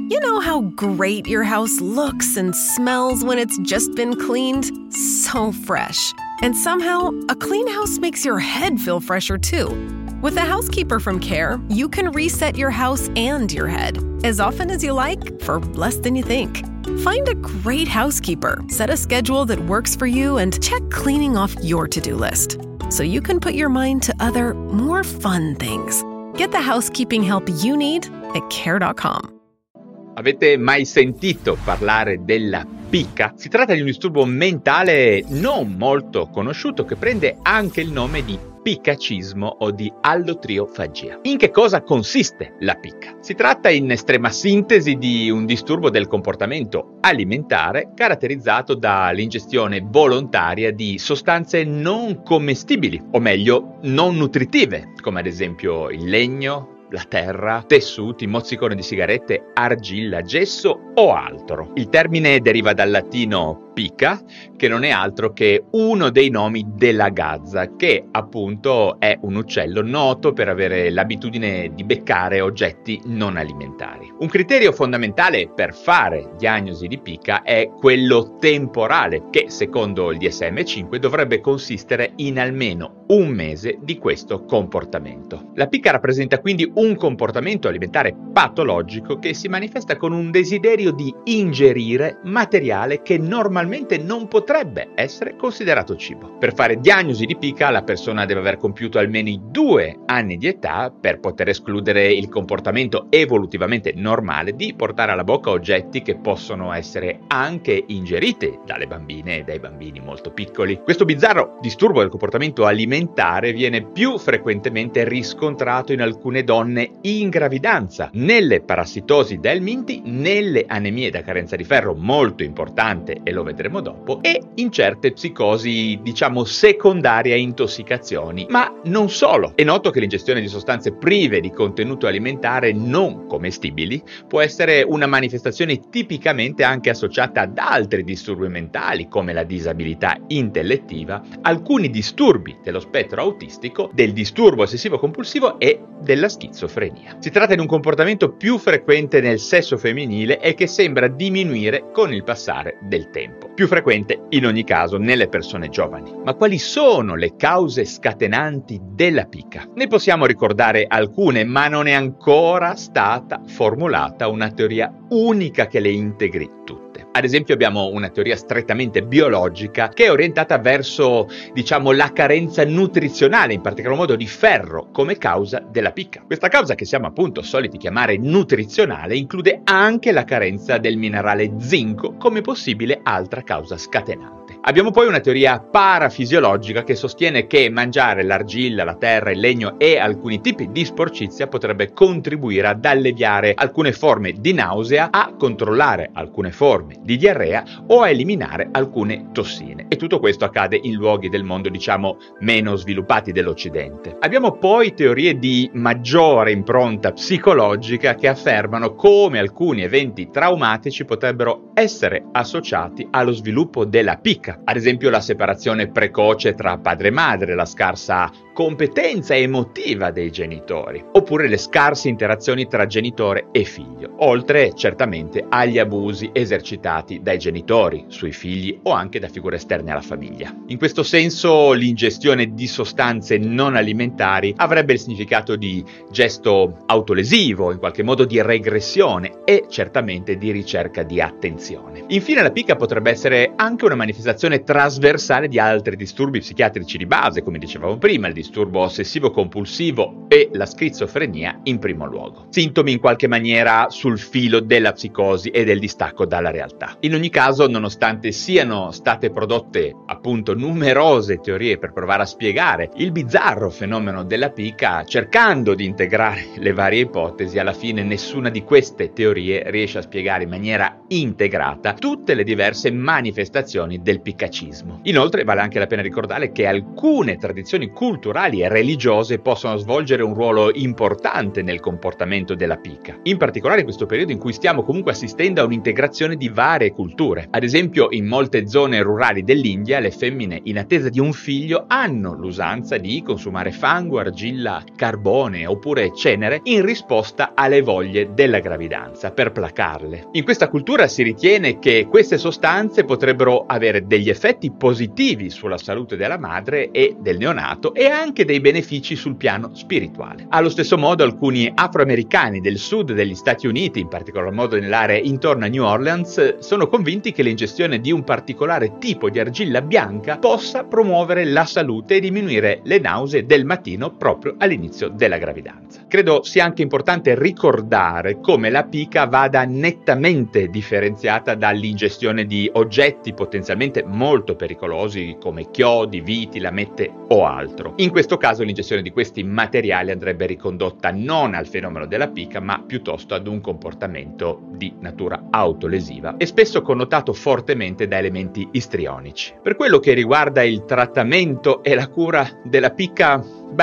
You know how great your house looks and smells when it's just been cleaned? So fresh. And somehow, a clean house makes your head feel fresher too. With a housekeeper from Care, you can reset your house and your head as often as you like for less than you think. Find a great housekeeper, set a schedule that works for you, and check cleaning off your to-do list so you can put your mind to other, more fun things. Get the housekeeping help you need at care.com. Avete mai sentito parlare della pica? Si tratta di un disturbo mentale non molto conosciuto che prende anche il nome di picacismo o di allotriofagia. In che cosa consiste la pica? Si tratta in estrema sintesi di un disturbo del comportamento alimentare caratterizzato dall'ingestione volontaria di sostanze non commestibili, o meglio non nutritive, come ad esempio il legno, la terra, tessuti, mozzicone di sigarette, argilla, gesso o altro. Il termine deriva dal latino pica, che non è altro che uno dei nomi della gazza, che appunto è un uccello noto per avere l'abitudine di beccare oggetti non alimentari. Un criterio fondamentale per fare diagnosi di pica è quello temporale, che secondo il DSM-5 dovrebbe consistere in almeno un mese di questo comportamento. La pica rappresenta quindi un comportamento alimentare patologico che si manifesta con un desiderio di ingerire materiale che normalmente non potrebbe essere considerato cibo. Per fare diagnosi di pica la persona deve aver compiuto almeno i 2 anni di età per poter escludere il comportamento evolutivamente normale di portare alla bocca oggetti che possono essere anche ingeriti dalle bambine e dai bambini molto piccoli. Questo bizzarro disturbo del comportamento alimentare viene più frequentemente riscontrato in alcune donne in gravidanza, nelle parassitosi da helminti, nelle anemie da carenza di ferro molto importante, e lo vedremo dopo, e in certe psicosi, diciamo, secondarie a intossicazioni, ma non solo. È noto che l'ingestione di sostanze prive di contenuto alimentare non commestibili può essere una manifestazione tipicamente anche associata ad altri disturbi mentali, come la disabilità intellettiva, alcuni disturbi dello spettro autistico, del disturbo ossessivo-compulsivo e della schizofrenia. Si tratta di un comportamento più frequente nel sesso femminile e che sembra diminuire con il passare del tempo. Più frequente in ogni caso nelle persone giovani. Ma quali sono le cause scatenanti della pica? Ne possiamo ricordare alcune, ma non è ancora stata formulata una teoria unica che le integri tutte. Ad esempio abbiamo una teoria strettamente biologica che è orientata verso, diciamo, la carenza nutrizionale, in particolar modo di ferro, come causa della pica. Questa causa, che siamo appunto soliti chiamare nutrizionale, include anche la carenza del minerale zinco come possibile altra causa scatenante. Abbiamo poi una teoria parafisiologica che sostiene che mangiare l'argilla, la terra, il legno e alcuni tipi di sporcizia potrebbe contribuire ad alleviare alcune forme di nausea, a controllare alcune forme di diarrea o a eliminare alcune tossine. E tutto questo accade in luoghi del mondo, diciamo, meno sviluppati dell'Occidente. Abbiamo poi teorie di maggiore impronta psicologica che affermano come alcuni eventi traumatici potrebbero essere associati allo sviluppo della pica. Ad esempio la separazione precoce tra padre e madre, la scarsa competenza emotiva dei genitori, oppure le scarse interazioni tra genitore e figlio, oltre certamente agli abusi esercitati dai genitori sui figli o anche da figure esterne alla famiglia. In questo senso l'ingestione di sostanze non alimentari avrebbe il significato di gesto autolesivo, in qualche modo di regressione e certamente di ricerca di attenzione. Infine la pica potrebbe essere anche una manifestazione trasversale di altri disturbi psichiatrici di base, come dicevamo prima, il disturbo ossessivo-compulsivo e la schizofrenia in primo luogo. Sintomi in qualche maniera sul filo della psicosi e del distacco dalla realtà. In ogni caso, nonostante siano state prodotte appunto numerose teorie per provare a spiegare il bizzarro fenomeno della pica, cercando di integrare le varie ipotesi, alla fine nessuna di queste teorie riesce a spiegare in maniera integrata tutte le diverse manifestazioni del picacismo. Inoltre vale anche la pena ricordare che alcune tradizioni culturali culturali e religiose possono svolgere un ruolo importante nel comportamento della pica. In particolare in questo periodo in cui stiamo comunque assistendo a un'integrazione di varie culture. Ad esempio, in molte zone rurali dell'India, le femmine in attesa di un figlio hanno l'usanza di consumare fango, argilla, carbone oppure cenere in risposta alle voglie della gravidanza, per placarle. In questa cultura si ritiene che queste sostanze potrebbero avere degli effetti positivi sulla salute della madre e del neonato e anche dei benefici sul piano spirituale. Allo stesso modo, alcuni afroamericani del sud degli Stati Uniti, in particolar modo nell'area intorno a New Orleans, sono convinti che l'ingestione di un particolare tipo di argilla bianca possa promuovere la salute e diminuire le nausee del mattino proprio all'inizio della gravidanza. Credo sia anche importante ricordare come la pica vada nettamente differenziata dall'ingestione di oggetti potenzialmente molto pericolosi come chiodi, viti, lamette o altro. In questo caso l'ingestione di questi materiali andrebbe ricondotta non al fenomeno della pica, ma piuttosto ad un comportamento di natura autolesiva e spesso connotato fortemente da elementi istrionici. Per quello che riguarda il trattamento e la cura della pica,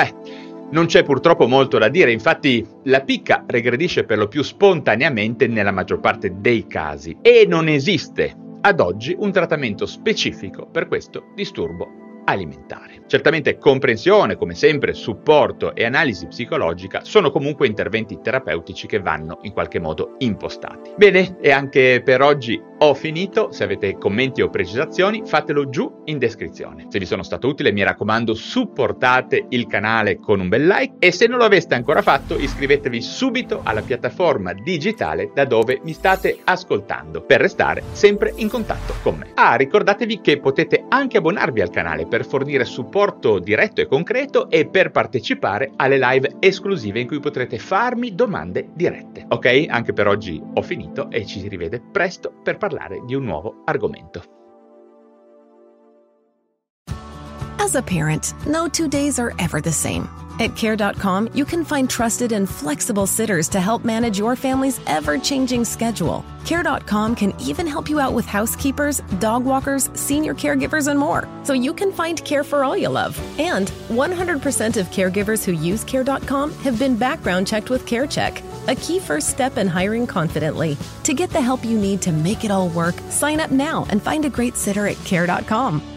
non c'è purtroppo molto da dire, infatti la pica regredisce per lo più spontaneamente nella maggior parte dei casi e non esiste ad oggi un trattamento specifico per questo disturbo alimentare. Certamente comprensione, come sempre, supporto e analisi psicologica sono comunque interventi terapeutici che vanno in qualche modo impostati. Bene, e anche per oggi ho finito. Se avete commenti o precisazioni fatelo giù in descrizione. Se vi sono stato utile, mi raccomando, supportate il canale con un bel like e se non lo aveste ancora fatto iscrivetevi subito alla piattaforma digitale da dove mi state ascoltando per restare sempre in contatto con me. Ricordatevi che potete anche abbonarvi al canale per fornire supporto diretto e concreto e per partecipare alle live esclusive in cui potrete farmi domande dirette. Ok? Anche per oggi ho finito e ci si rivede presto per parlare di un nuovo argomento. As a parent, no 2 days are ever the same. At Care.com, you can find trusted and flexible sitters to help manage your family's ever-changing schedule. Care.com can even help you out with housekeepers, dog walkers, senior caregivers, and more, so you can find care for all you love. And 100% of caregivers who use Care.com have been background checked with CareCheck, a key first step in hiring confidently. To get the help you need to make it all work, sign up now and find a great sitter at Care.com.